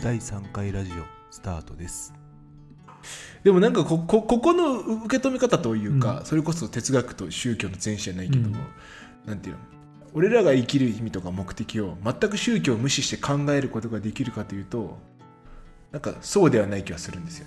第3回ラジオスタートです。 でもなんかここの受け止め方というか、それこそ哲学と宗教の前史じゃないけども、なんていうの、俺らが生きる意味とか目的を全く宗教を無視して考えることができるかというと、なんかそうではない気がするんですよ。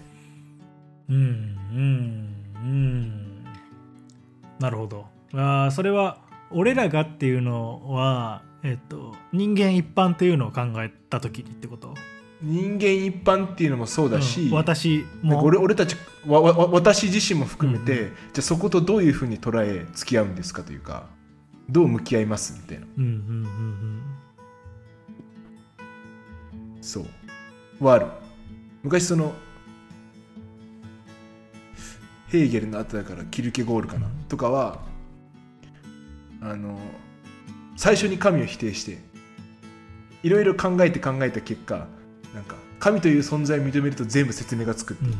なるほど。それは俺らがっていうのは、人間一般っていうのを考えた時にってこと？ 人間一般っていうのもそうだし、 私も俺たち私自身も含めて、じゃあそことどういうふうに捉え付き合うんですかというか、どう向き合いますみたいな、そうはある。昔そのヘーゲルの後だからキルケゴールかな、とかは最初に神を否定していろいろ考えた結果、なんか神という存在を認めると全部説明がつくって言って、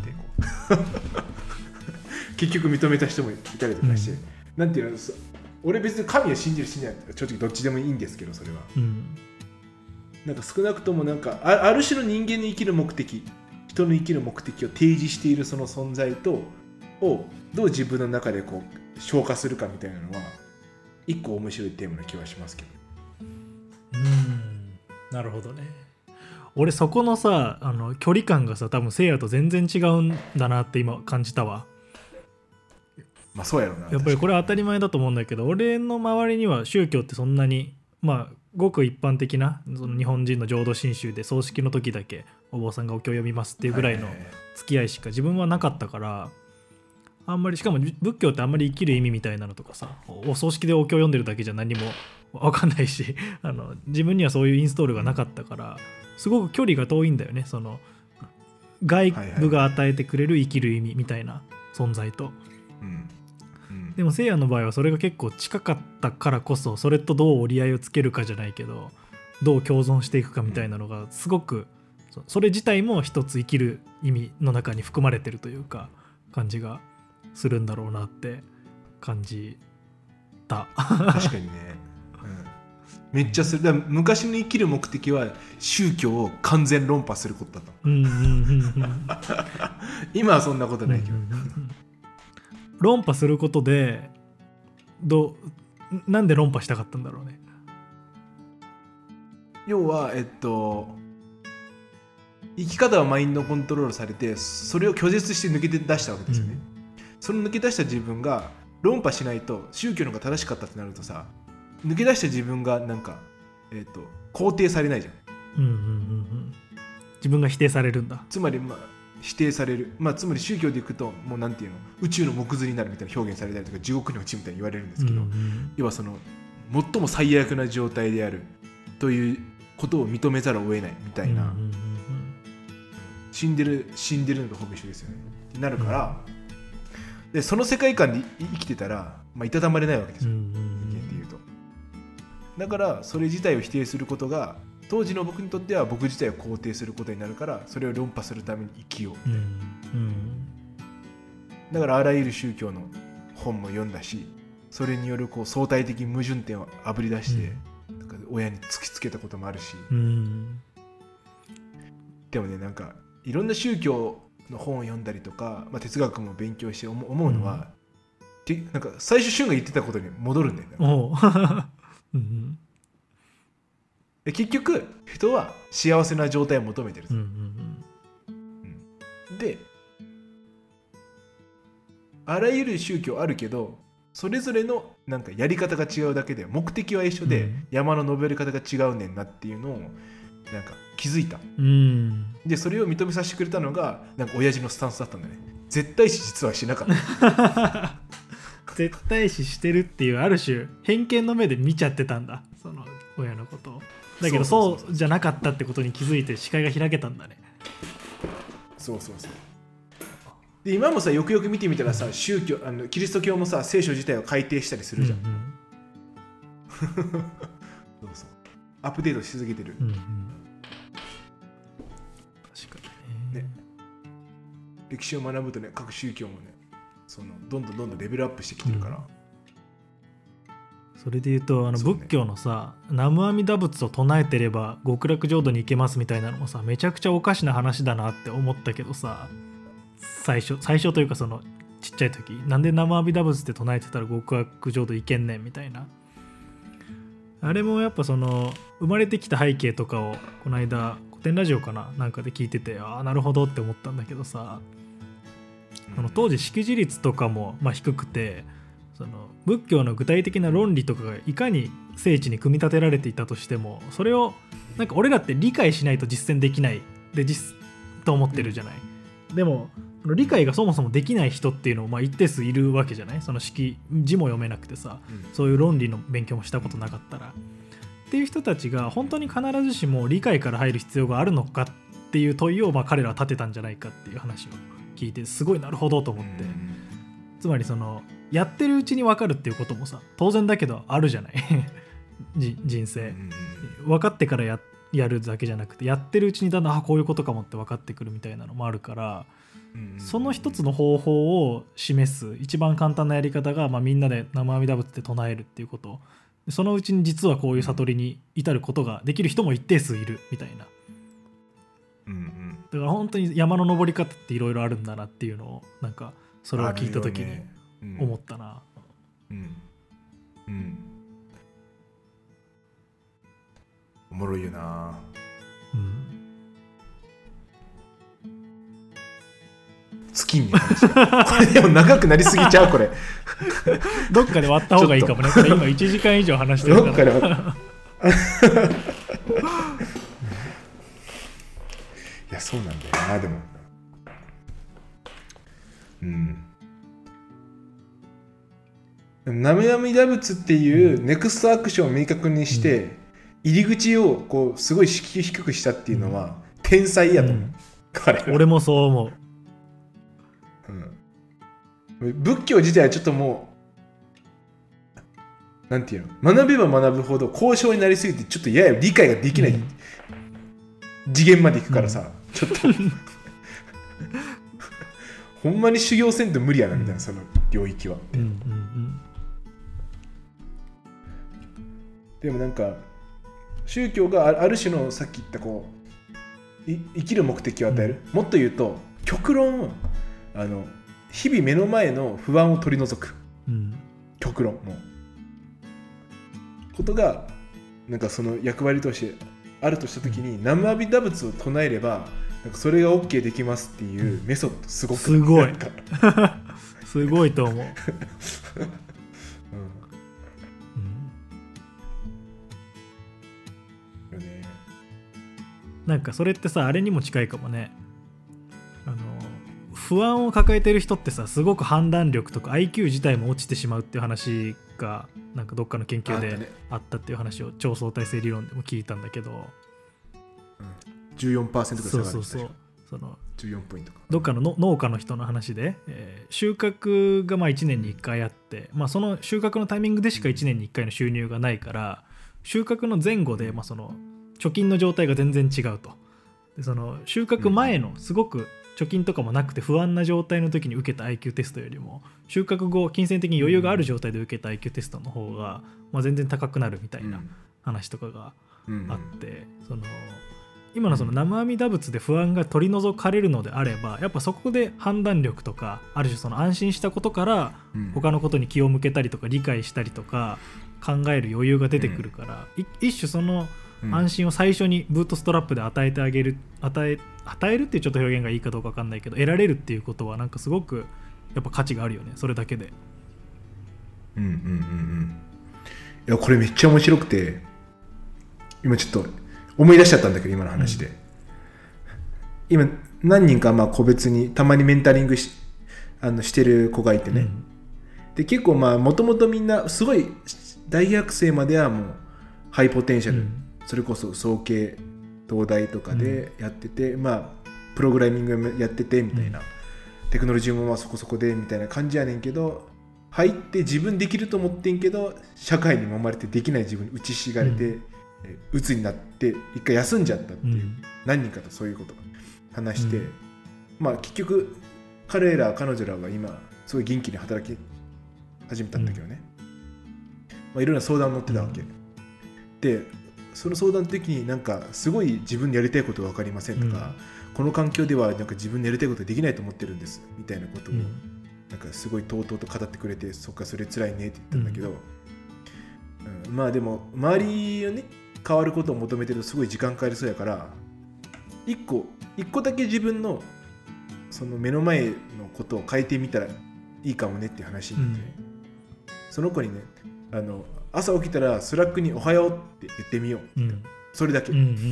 結局認めた人もいたりとかして、なんていうの、俺別に神を信じる信じないとか正直どっちでもいいんですけど、それは、なんか少なくともなんかある種の人間の生きる目的、人の生きる目的を提示しているその存在とをどう自分の中でこう消化するかみたいなのは一個面白いテーマな気はしますけど。 なるほどね。俺そこのさ、距離感がさ、多分聖夜と全然違うんだなって今感じたわ。 まあそうやろな。 やっぱりこれは当たり前だと思うんだけど、俺の周りには宗教ってそんなに、ごく一般的なその日本人の浄土真宗で葬式の時だけお坊さんがお経を読みますっていうぐらいの付き合いしか自分はなかったから、あんまり、しかも仏教ってあんまり生きる意味みたいなのとかさ、お葬式でお経を読んでるだけじゃ何も分かんないし自分にはそういうインストールがなかったから、すごく距離が遠いんだよね、その外部が与えてくれる生きる意味みたいな存在と、でも聖夜の場合はそれが結構近かったからこそ、それとどう折り合いをつけるかじゃないけど、どう共存していくかみたいなのがすごく、それ自体も一つ生きる意味の中に含まれてるというか感じがするんだろうなって感じた。 確かにね、めっちゃする。だから昔の生きる目的は宗教を完全論破することだった。今はそんなことないけど、 論破することでなんで論破したかったんだろうね。 要は生き方はマインドコントロールされて、それを拒絶して抜け出したわけですよね、その抜け出した自分が論破しないと宗教の方が正しかったってなるとさ、抜け出した自分がなんか、肯定されないじゃん、 自分が否定されるんだ。 つまり否定される、つまり宗教でいくともうなんていうの、宇宙の藻くずになるみたいな表現されたりとか、地獄に落ちるみたいに言われるんですけど、要はその最も最悪な状態であるということを認めざるを得ないみたいな、死んでるのとほぼ一緒ですよねってなるから、でその世界観で生きてたら、いたたまれないわけですよ、人間っていうと。だからそれ自体を否定することが当時の僕にとっては僕自体を肯定することになるから、それを論破するために生きよう、だからあらゆる宗教の本も読んだし、それによるこう相対的矛盾点をあぶり出して、親に突きつけたこともあるし、でもね、なんかいろんな宗教の本を読んだりとか、哲学も勉強して思うのは、なんか最初俊が言ってたことに戻るんだよね。結局人は幸せな状態を求めてる、であらゆる宗教あるけど、それぞれのなんかやり方が違うだけで目的は一緒で、山の登り方が違うねんなっていうのをなんか気づいた、でそれを認めさせてくれたのがなんか親父のスタンスだったんだね。絶対視実はしなかった絶対視してるっていうある種偏見の目で見ちゃってたんだ、その親のことを。だけどそうじゃなかったってことに気づいて視界が開けたんだね。 そうで今もさ、よくよく見てみたらさ、宗教キリスト教もさ、聖書自体を改訂したりするじゃん、そうアップデートし続けてる、 確かに ね。 歴史を学ぶとね、各宗教もね、そのどんどんレベルアップしてきてるから、 それで言うと仏教のさ、南無阿弥陀仏を唱えてれば極楽浄土に行けますみたいなのもさ、めちゃくちゃおかしな話だなって思ったけどさ、最初というかそのちっちゃい時、なんで南無阿弥陀仏って唱えてたら極楽浄土行けんねんみたいな。あれもやっぱその生まれてきた背景とかをこの間古典ラジオかなんかで聞いてて、ああなるほどって思ったんだけどさ、その当時識字率とかも低くて、その仏教の具体的な論理とかがいかに精緻に組み立てられていたとしても、それをなんか俺らって理解しないと実践できないでと思ってるじゃない。でも理解がそもそもできない人っていうのも一定数いるわけじゃない。その字も読めなくてさ、そういう論理の勉強もしたことなかったらっていう人たちが本当に必ずしも理解から入る必要があるのかっていう問いを彼らは立てたんじゃないかっていう話を聞いて、すごいなるほどと思って、つまりそのやってるうちに分かるっていうこともさ、当然だけどあるじゃない人生分かってからやるだけじゃなくて、やってるうちにだんだんこういうことかもって分かってくるみたいなのもあるから、その一つの方法を示す一番簡単なやり方が、みんなで南無阿弥陀仏って唱えるっていうこと。そのうちに実はこういう悟りに至ることができる人も一定数いるみたいな。だから本当に山の登り方っていろいろあるんだなっていうのを、なんかそれを聞いた時に思ったな。 おもろいよな。月に話がこれでも長くなりすぎちゃうこれどっかで割った方がいいかもね。これ今1時間以上話してるから。どっかでいやそうなんだよな。でも南無阿弥陀仏っていうネクストアクションを明確にして、入り口をこうすごい敷居低くしたっていうのは天才やと思う、 俺もそう思う。 仏教自体はちょっともうなんていうの、学べば学ぶほど高尚になりすぎてちょっとやや理解ができない、次元までいくからさ、ちょっとほんまに修行せんと無理やなみたいな、その領域は、でもなんか宗教がある種のさっき言ったこう生きる目的を与える、もっと言うと極論日々目の前の不安を取り除く、極論のことがなんかその役割としてあるとしたときに、南無阿弥陀仏を唱えればなんかそれが OK できますっていうメソッドすごくすごいすごいと思うなんかそれってさ、あれにも近いかもね。不安を抱えてる人ってさ、すごく判断力とか IQ 自体も落ちてしまうっていう話がなんかどっかの研究であったっていう話を超相対性理論でも聞いたんだけど、 14% ぐらい下がる。 そうその 14ポイントか。 どっかの農家の人の話で、収穫が1年に1回あって、その収穫のタイミングでしか1年に1回の収入がないから、収穫の前後で、その貯金の状態が全然違うと。でその収穫前のすごく貯金とかもなくて不安な状態の時に受けた IQ テストよりも、収穫後金銭的に余裕がある状態で受けた IQ テストの方が、全然高くなるみたいな話とかがあって、その今のその南無阿弥陀仏で不安が取り除かれるのであれば、やっぱそこで判断力とか、ある種その安心したことから他のことに気を向けたりとか理解したりとか考える余裕が出てくるから、一種その安心を最初にブートストラップで与えてあげる、与えるっていうちょっと表現がいいかどうか分かんないけど、得られるっていうことはなんかすごくやっぱ価値があるよね、それだけで。 いやこれめっちゃ面白くて、今ちょっと思い出しちゃったんだけど、今の話で、今何人か個別にたまにメンタリングしてる子がいてね、で結構もともとみんなすごい大学生まではもうハイポテンシャル、それこそ早慶東大とかでやってて、プログラミングもやっててみたいな、テクノロジーもそこそこでみたいな感じやねんけど、入って自分できると思ってんけど社会に揉まれてできない自分に打ちひしがれて、鬱になって一回休んじゃったっていう、何人かとそういうことを話して、結局彼女らは今すごい元気に働き始めたんだけどね、 あ、いろんな相談に乗ってたわけ、でその相談の時になんかすごい自分でやりたいことが分かりませんとか、この環境ではなんか自分でやりたいことができないと思ってるんですみたいなことをなんかすごいとうとうと語ってくれて、そっかそれ辛いねって言ったんだけど、まあでも周りをね変わることを求めてるとすごい時間かかりそうやから、一個だけ自分のその目の前のことを変えてみたらいいかもねっていう話になって、その子にね朝起きたらスラックにおはようって言ってみよう、それだけ、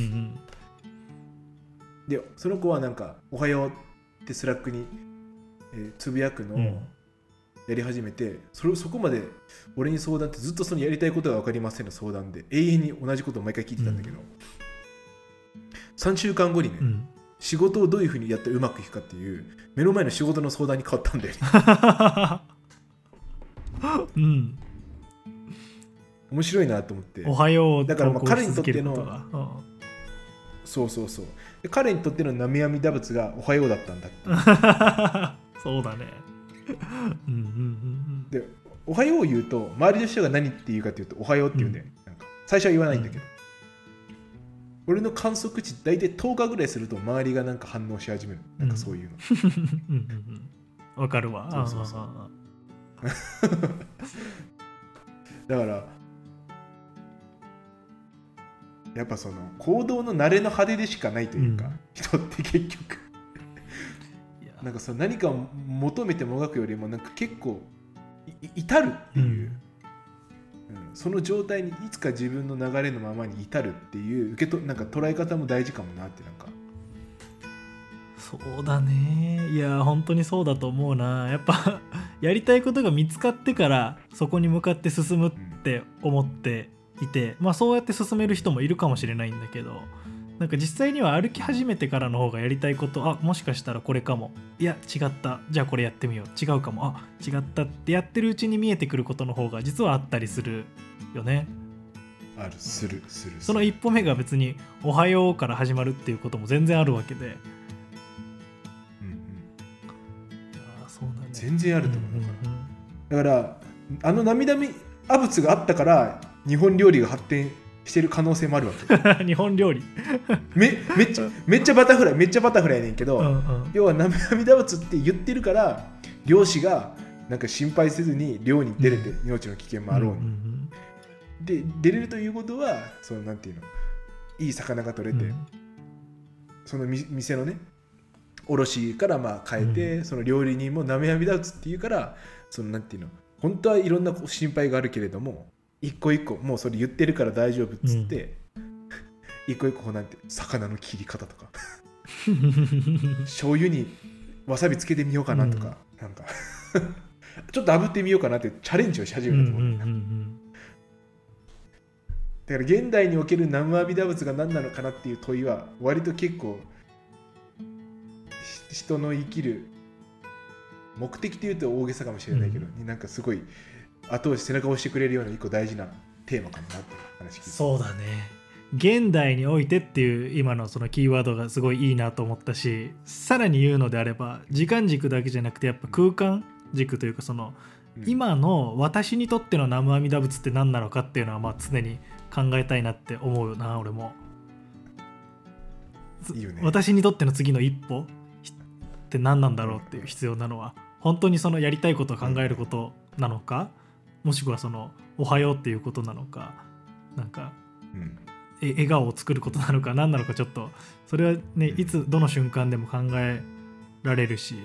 でその子はなんかおはようってスラックに、つぶやくのをやり始めて、そこまで俺に相談ってずっとそのやりたいことが分かりませんの相談で永遠に同じことを毎回聞いてたんだけど、3週間後にね、仕事をどういうふうにやってうまくいくかっていう目の前の仕事の相談に変わったんだよね面白いなと思って、 おはようだからまあ彼にとってのそうで彼にとっての南無阿弥陀仏がおはようだったんだってそうだねでおはようを言うと周りの人が何って言うかっていうとおはようって言うんだよ、なんか最初は言わないんだけど、俺の観測値大体10日ぐらいすると周りがなんか反応し始める、なんかそういうのわかるわ。 そうだからやっぱその行動の慣れの派手でしかないというか、人って結局なんかその何かを求めてもがくよりもなんか結構至るっていう、その状態にいつか自分の流れのままに至るっていうなんか捉え方も大事かもなって、なんかそうだね。いや本当にそうだと思うな。やっぱやりたいことが見つかってからそこに向かって進むって思っていて、まあそうやって進める人もいるかもしれないんだけど、なんか実際には歩き始めてからの方がやりたいこと、もしかしたらこれかも、いや違った、じゃあこれやってみよう、違うかも、違ったってやってるうちに見えてくることの方が実はあったりするよね。 するその一歩目が別におはようから始まるっていうことも全然あるわけで、そうだね、 全然あると思う、だから南無阿仏があったから日本料理が発展してる可能性もあるわけ日本料理めっちゃバタフライやねんけど、要は南無阿弥陀仏って言ってるから漁師がなんか心配せずに漁に出れて、命の危険もあろうに、で出れるということはそのなんていうの、いい魚が取れて、その店のね卸からまあ変えて、その料理人も南無阿弥陀仏って言うから、そのなんていうの、本当はいろんな心配があるけれども一個一個もうそれ言ってるから大丈夫っつって、一個一個なんて魚の切り方とか醤油にわさびつけてみようかなとか、なんかちょっと炙ってみようかなってチャレンジをし始めたと思う、だから現代における南無阿弥陀仏が何なのかなっていう問いは割と結構人の生きる目的というと大げさかもしれないけど、なんかすごい後押し背中を押してくれるような一個大事なテーマかもなって話聞いて。 そうだね、現代においてっていう今のそのキーワードがすごいいいなと思ったし、さらに言うのであれば時間軸だけじゃなくてやっぱ空間軸というか、その今の私にとっての南無阿弥陀仏って何なのかっていうのはまあ常に考えたいなって思うよな。俺もいいよね、 私にとっての次の一歩って何なんだろうっていう必要なのは本当にそのやりたいことを考えることなのか、もしくはそのおはようっていうことなのか、なんか、笑顔を作ることなのか何なのか、ちょっとそれはねいつどの瞬間でも考えられるし、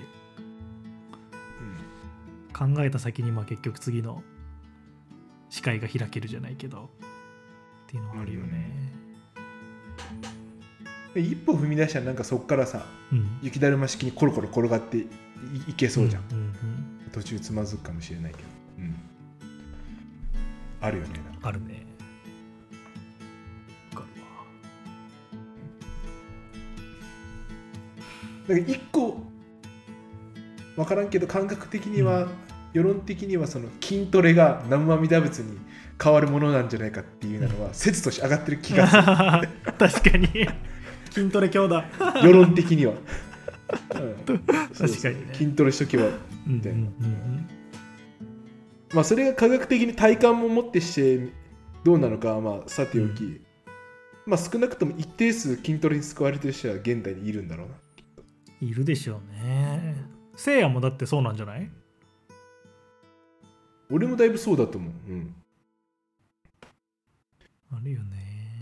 考えた先にまあ結局次の視界が開けるじゃないけどっていうのはあるよね、 一歩踏み出したらなんかそっからさ、雪だるま式にコロコロ転がって いけそうじゃん、途中つまずくかもしれないけど、あるよね。 あるね。わかるわ。 だから一個分からんけど感覚的には、世論的にはその筋トレが南無阿弥陀仏に変わるものなんじゃないかっていうのは説として上がってる気がする確かに筋トレ強だ世論的には、 確かにね、 筋トレしとけばみたいな、 まあそれが科学的に体感も持ってしてどうなのかはまあさておき、まあ少なくとも一定数筋トレに救われてる人は現代にいるんだろうな。 いるでしょうね。せいやもだってそうなんじゃない？ 俺もだいぶそうだと思う。 あるよね。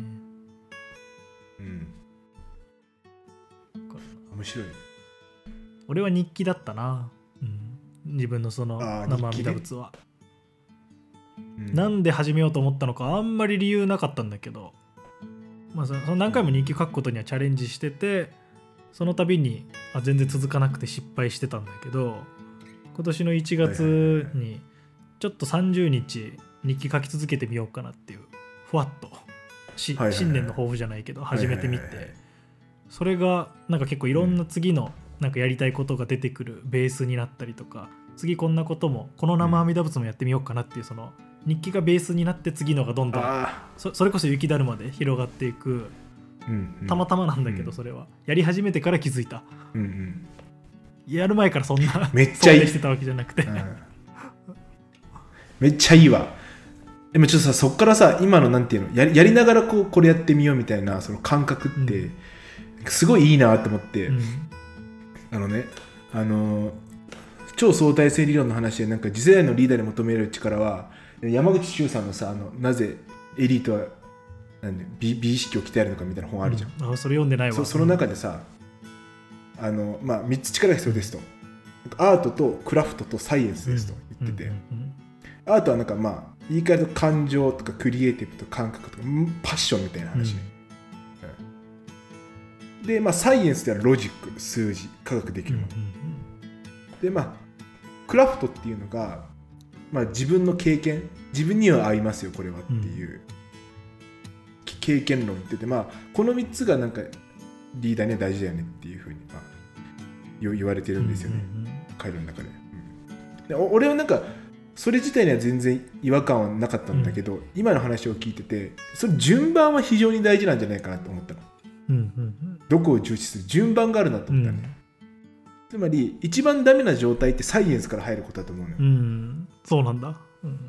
面白い。 俺は日記だったな。自分のその生阿弥陀仏は。なんで始めようと思ったのかあんまり理由なかったんだけど、まあ、その何回も日記書くことにはチャレンジしてて、その度に全然続かなくて失敗してたんだけど、今年の1月にちょっと30日日記書き続けてみようかなっていうふわっと新年の抱負じゃないけど始めてみて、それがなんか結構いろんな次のなんかやりたいことが出てくるベースになったりとか、次こんなこともこの生阿弥陀仏もやってみようかなっていう、その日記がベースになって次のがどんどん それこそ雪だるまで広がっていく、たまたまなんだけど、それはやり始めてから気づいた、やる前からそんなめっちゃいいしてたわけじゃなくてめっちゃいいわ。でもちょっとさ、そっからさ、今のなんていうの、やりながらこれやってみようみたいなその感覚ってすごいいいなと思って、超相対性理論の話で、なんか次世代のリーダーに求める力は、山口周さんのさ、なぜエリートは美意識を鍛えるのかみたいな本あるじゃん。 それ読んでないわ。 その中でさ、3つ力が必要ですと、アートとクラフトとサイエンスですと言ってて、アートはなんか言い換えると感情とかクリエイティブとか感覚とかパッションみたいな話ね、でサイエンスではロジック、数字、科学できるもの、でクラフトっていうのが、自分の経験、自分には合いますよこれはっていう、経験論って言って、この3つがなんかリーダーには大事だよねっていうふうに言われてるんですよね、彼らの中で、で俺はなんかそれ自体には全然違和感はなかったんだけど、今の話を聞いてて、その順番は非常に大事なんじゃないかなと思ったの、どこを重視する順番があるなと思ったね、つまり一番ダメな状態ってサイエンスから入ることだと思うのよ、 そうなんだ、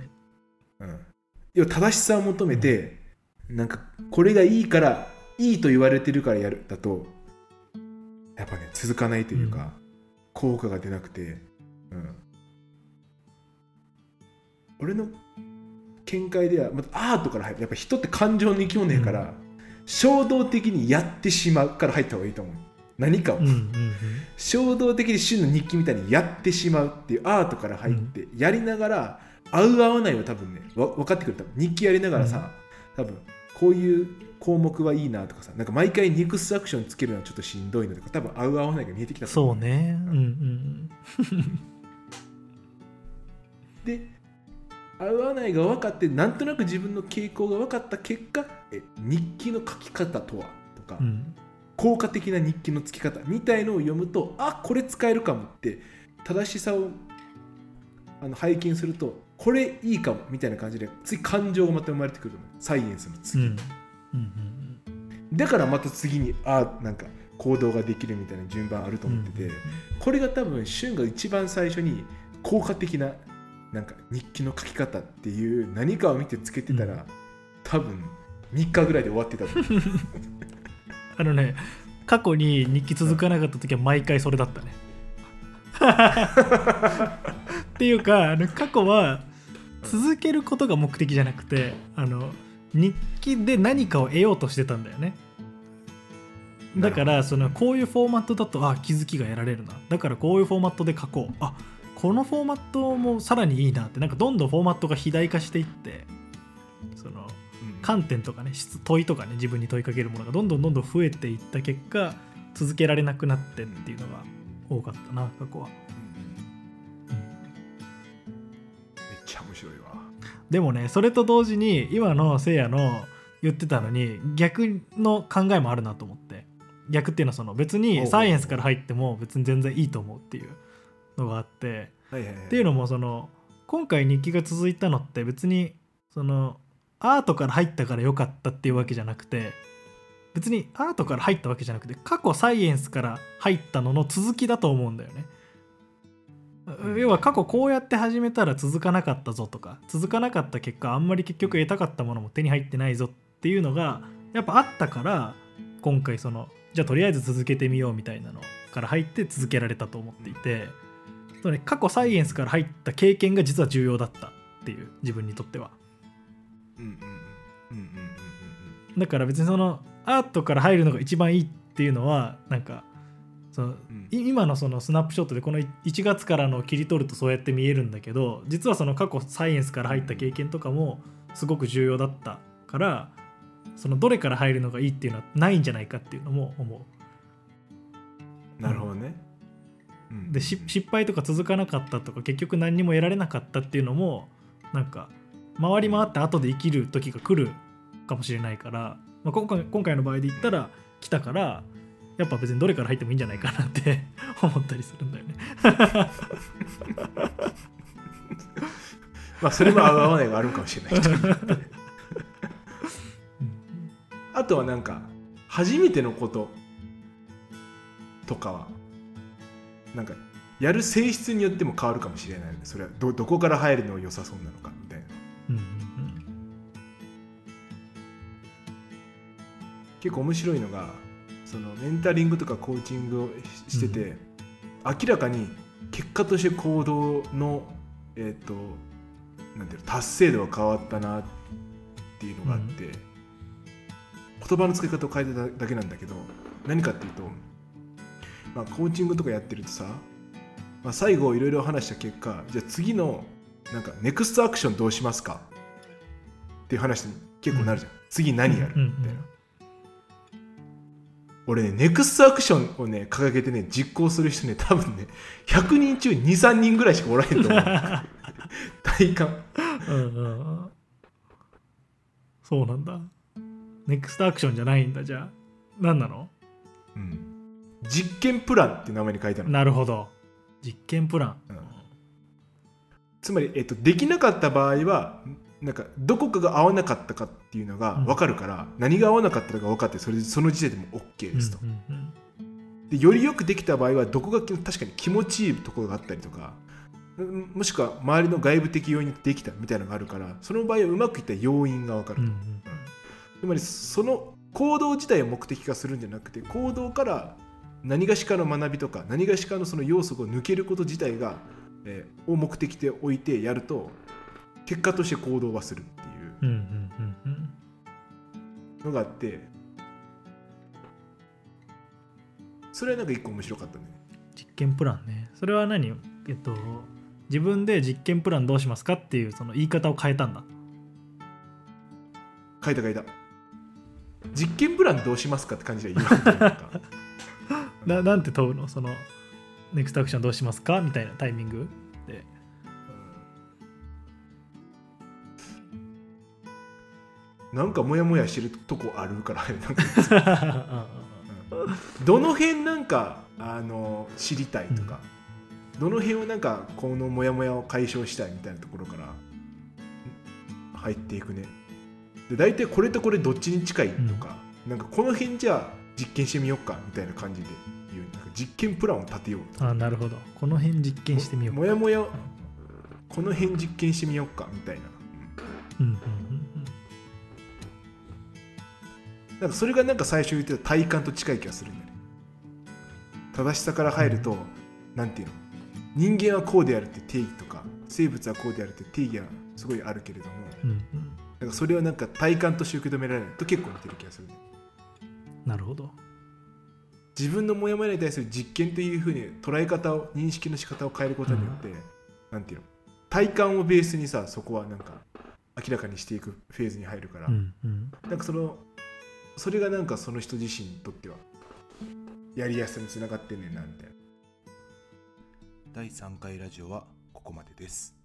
要は正しさを求めて、なんかこれがいいからいいと言われてるからやるだとやっぱね続かないというか、効果が出なくて、俺の見解ではまたアートから入る。やっぱ人って感情の生き物やから、衝動的にやってしまうから入った方がいいと思う。何かを、衝動的に旬の日記みたいにやってしまうっていうアートから入って、やりながら合う合わないは多分ね分かってくる。多分日記やりながらさ、多分こういう項目はいいなとかさ、なんか毎回ニクスアクションつけるのはちょっとしんどいのとか、多分合う合わないが見えてきたと思う。 そうね、 で合う合わないが分かって、なんとなく自分の傾向が分かった結果、日記の書き方とはとか、効果的な日記のつき方みたいのを読むと、これ使えるかもって正しさを拝見すると、これいいかもみたいな感じで次感情がまた生まれてくるの、サイエンスの次、だからまた次になんか行動ができるみたいな順番あると思ってて、これが多分俊が一番最初に効果的ななんか日記の書き方っていう何かを見てつけてたら、多分3日ぐらいで終わってたと思う。 過去に日記続かなかった時は毎回それだったねっていうか、過去は続けることが目的じゃなくて、日記で何かを得ようとしてたんだよね。だからこういうフォーマットだと気づきが得られるな、だからこういうフォーマットで書こう、このフォーマットもさらにいいなって、なんかどんどんフォーマットが肥大化していって、観点とかね、問いとかね、自分に問いかけるものがどんどん増えていった結果、続けられなくなってっていうのが多かったな、過去は。めっちゃ面白いわ。 でもね、それと同時に今のせいやの言ってたのに逆の考えもあるなと思って、逆っていうのは別にサイエンスから入っても別に全然いいと思うっていうのがあって、っていうのも今回日記が続いたのって別にアートから入ったから良かったっていうわけじゃなくて、別にアートから入ったわけじゃなくて、過去サイエンスから入ったのの続きだと思うんだよね。 要は過去こうやって始めたら続かなかったぞとか、続かなかった結果あんまり結局得たかったものも手に入ってないぞっていうのがやっぱあったから、今回じゃあとりあえず続けてみようみたいなのから入って続けられたと思っていて、過去サイエンスから入った経験が実は重要だったっていう、自分にとっては。だから別にアートから入るのが一番いいっていうのはなんか今のスナップショットでこの1月からの切り取るとそうやって見えるんだけど、実は過去サイエンスから入った経験とかもすごく重要だったから、どれから入るのがいいっていうのはないんじゃないかっていうのも思う。 なるほどね。 で失敗とか続かなかったとか結局何にも得られなかったっていうのもなんか回り回って後で生きる時が来るかもしれないから、今回の場合で言ったら来たから、やっぱ別にどれから入ってもいいんじゃないかなって思ったりするんだよね。 まあそれも合う合わないがあるかもしれないあとはなんか初めてのこととかはなんかやる性質によっても変わるかもしれないので、それは どこから入るのが良さそうなのかみたいな。結構面白いのがメンタリングとかコーチングをしてて、明らかに結果として行動のなんていうの達成度が変わったなっていうのがあって、言葉の使い方を変えただけなんだけど、何かっていうと、コーチングとかやってるとさ、最後いろいろ話した結果、じゃあ次のなんかネクストアクションどうしますかっていう話に結構なるじゃん。次何やるみたいな。俺ね、ネクストアクションをね掲げてね実行する人ね、多分ね100人中 2,3 人ぐらいしかおらへんと思う体感。 そうなんだ。ネクストアクションじゃないんだ。じゃあ何なの？ 実験プランって名前に書いてある。 なるほど、実験プラン。 つまり、できなかった場合はなんかどこかが合わなかったかっていうのが分かるから、何が合わなかったかが分かって、その時点でも OK ですと。でよりよくできた場合はどこが確かに気持ちいいところがあったりとか、もしくは周りの外部的要因にできたみたいなのがあるから、その場合はうまくいった要因が分かると。つまりその行動自体を目的化するんじゃなくて、行動から何がしかの学びとか何がしかのその要素を抜けること自体が、を目的で置いてやると、結果として行動はするっていうのがあって、それはなんか一個面白かったね。 実験プランね。それは何？自分で実験プランどうしますかっていうその言い方を変えたんだ。 変えた。実験プランどうしますかって感じで言うなんて問うの？ネクストアクションどうしますかみたいなタイミングで。 なんかモヤモヤしてるとこあるからどの辺なんか知りたいとか、どの辺をなんかこのモヤモヤを解消したいみたいなところから入っていくね。で大体これとこれどっちに近いとか、なんかこの辺じゃあ実験してみようかみたいな感じで言う、なんか実験プランを立てようと。 なるほど。この辺実験してみようか。 モヤモヤ、この辺実験してみようかみたいな。なんかそれがなんか最初言ってた体感と近い気がするんだよね。正しさから入ると、なんていうの、人間はこうであるって定義とか、生物はこうであるって定義がすごいあるけれども、なんかそれをなんか体感として受け止められると結構似てる気がするね。 なるほど。 自分のモヤモヤに対する実験というふうに捉え方を、認識の仕方を変えることによって、なんていうの、体感をベースにさ、そこはなんか明らかにしていくフェーズに入るから、なんかそれがなんかその人自身にとってはやりやすさにつながってんねんなみたいな。 第3回ラジオはここまでです。